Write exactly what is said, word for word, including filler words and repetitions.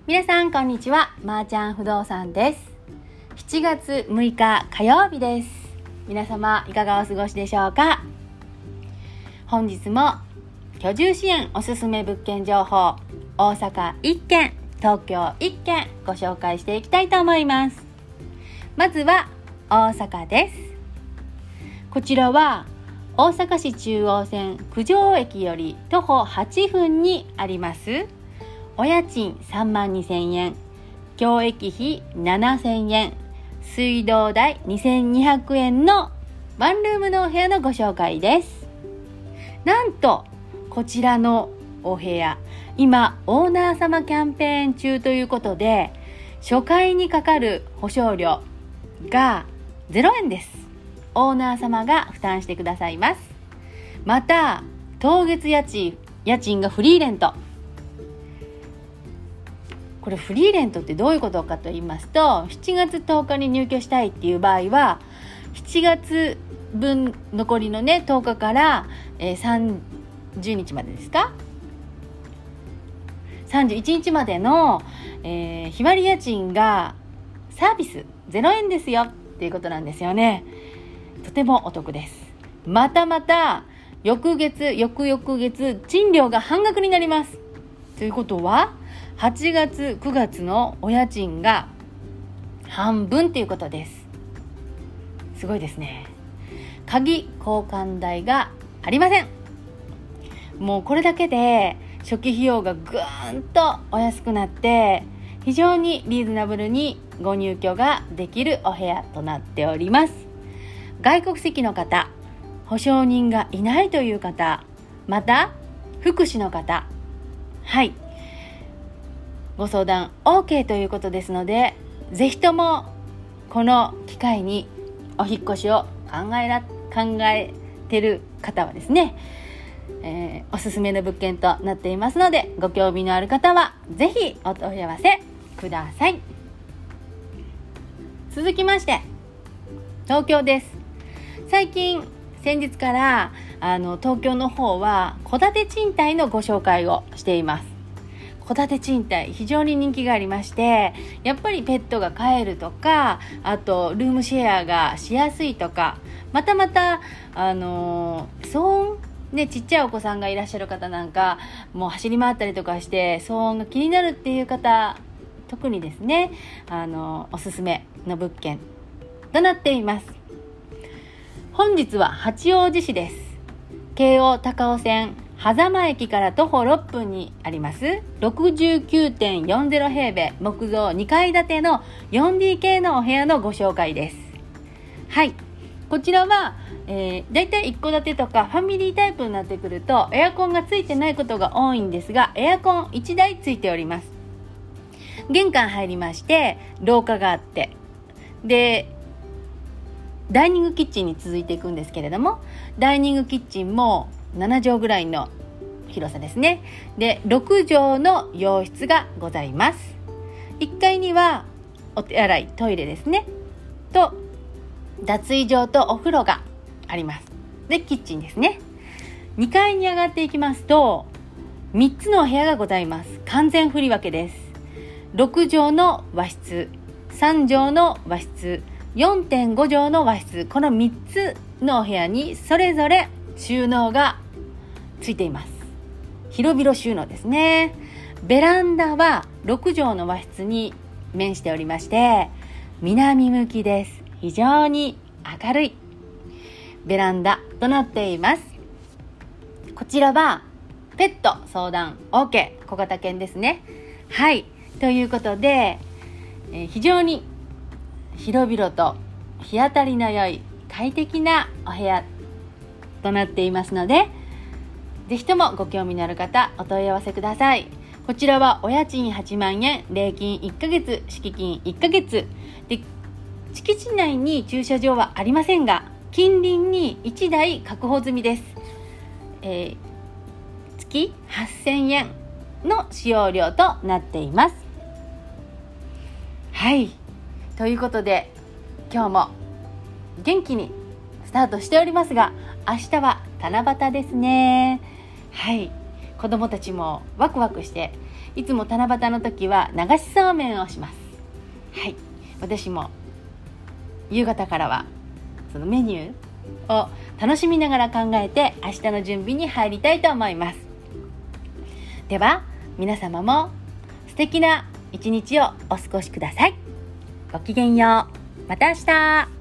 皆さんこんにちは、まーちゃん不動産です。しちがつむいか火曜日です。皆様いかがお過ごしでしょうか。本日も居住支援おすすめ物件情報、大阪いっけん、東京いっけんご紹介していきたいと思います。まずは大阪です。こちらは大阪市中央線九条駅より徒歩はっぷんにありますお家賃さんまんにせんえん、教育費ななせんえん、水道代にせんにひゃくえんのワンルームのお部屋のご紹介です。なんとこちらのお部屋、今オーナー様キャンペーン中ということで、初回にかかる保証料がゼロえんです。オーナー様が負担してくださいます。また当月家賃家賃がフリーレント。これフリーレントってどういうことかと言いますと、しちがつとおかに入居したいっていう場合はしちがつぶん残りのねとおかから、えー、さんじゅうにちまでですか、さんじゅういちにちまでの、えー、日割り家賃がサービスゼロえんですよっていうことなんですよね。とてもお得です。またまた翌月翌々月賃料が半額になります。ということははちがつくがつのお家賃が半分ということです。すごいですね。鍵交換代がありません。もうこれだけで初期費用がぐーんとお安くなって、非常にリーズナブルにご入居ができるお部屋となっております。外国籍の方、保証人がいないという方、また福祉の方、はいご相談 OK ということですので、ぜひともこの機会にお引っ越しを考えら考えてる方はですね、えー、おすすめの物件となっていますので、ご興味のある方はぜひお問い合わせください。続きまして東京です。最近先日からあの東京の方は戸建て賃貸のご紹介をしています。戸建て賃貸非常に人気がありまして、やっぱりペットが飼えるとか、あとルームシェアがしやすいとか、またまたあの騒音ね、ちっちゃいお子さんがいらっしゃる方なんかもう走り回ったりとかして騒音が気になるっていう方、特にですねあのおすすめの物件となっています。本日は八王子市です。京王高尾線狭間駅から徒歩ろっぷんにあります ろくじゅうきゅうてんよんじゅう 平米木造にかい建ての よんディーケー のお部屋のご紹介です。はい、こちらは、えー、だいたい一戸建てとかファミリータイプになってくるとエアコンがついてないことが多いんですが、エアコンいちだいついております。玄関入りまして廊下があって、でダイニングキッチンに続いていくんですけれども、ダイニングキッチンもななじょうぐらいの広さですね。でろくじょうの洋室がございます。いっかいにはお手洗いトイレですねと脱衣場とお風呂があります。でキッチンですね。にかいに上がっていきますとみっつのお部屋がございます。完全振り分けです。ろくじょうの和室、さんじょうの和室、よんてんごじょうの和室、このみっつのお部屋にそれぞれ収納がついています。広々収納ですね。ベランダはろくじょうの和室に面しておりまして、南向きです。非常に明るいベランダとなっています。こちらはペット相談 OK、 小型犬ですね。はい、ということで、えー、非常に広々と日当たりの良い快適なお部屋となっていますので、ぜひともご興味のある方お問い合わせください。こちらはお家賃はちまんえん、礼金いっかげつ、敷金いっかげつで、敷地内に駐車場はありませんが近隣にいちだい確保済みです。えー、月はっせんえんの使用料となっています。はい、ということで今日も元気にスタートしておりますが、明日は七夕ですね。はい、子どもたちもワクワクしていつも七夕の時は流しそうめんをします。はい、私も夕方からはそのメニューを楽しみながら考えて明日の準備に入りたいと思います。では皆様も素敵な一日をお過ごしください。ごきげんよう。また明日。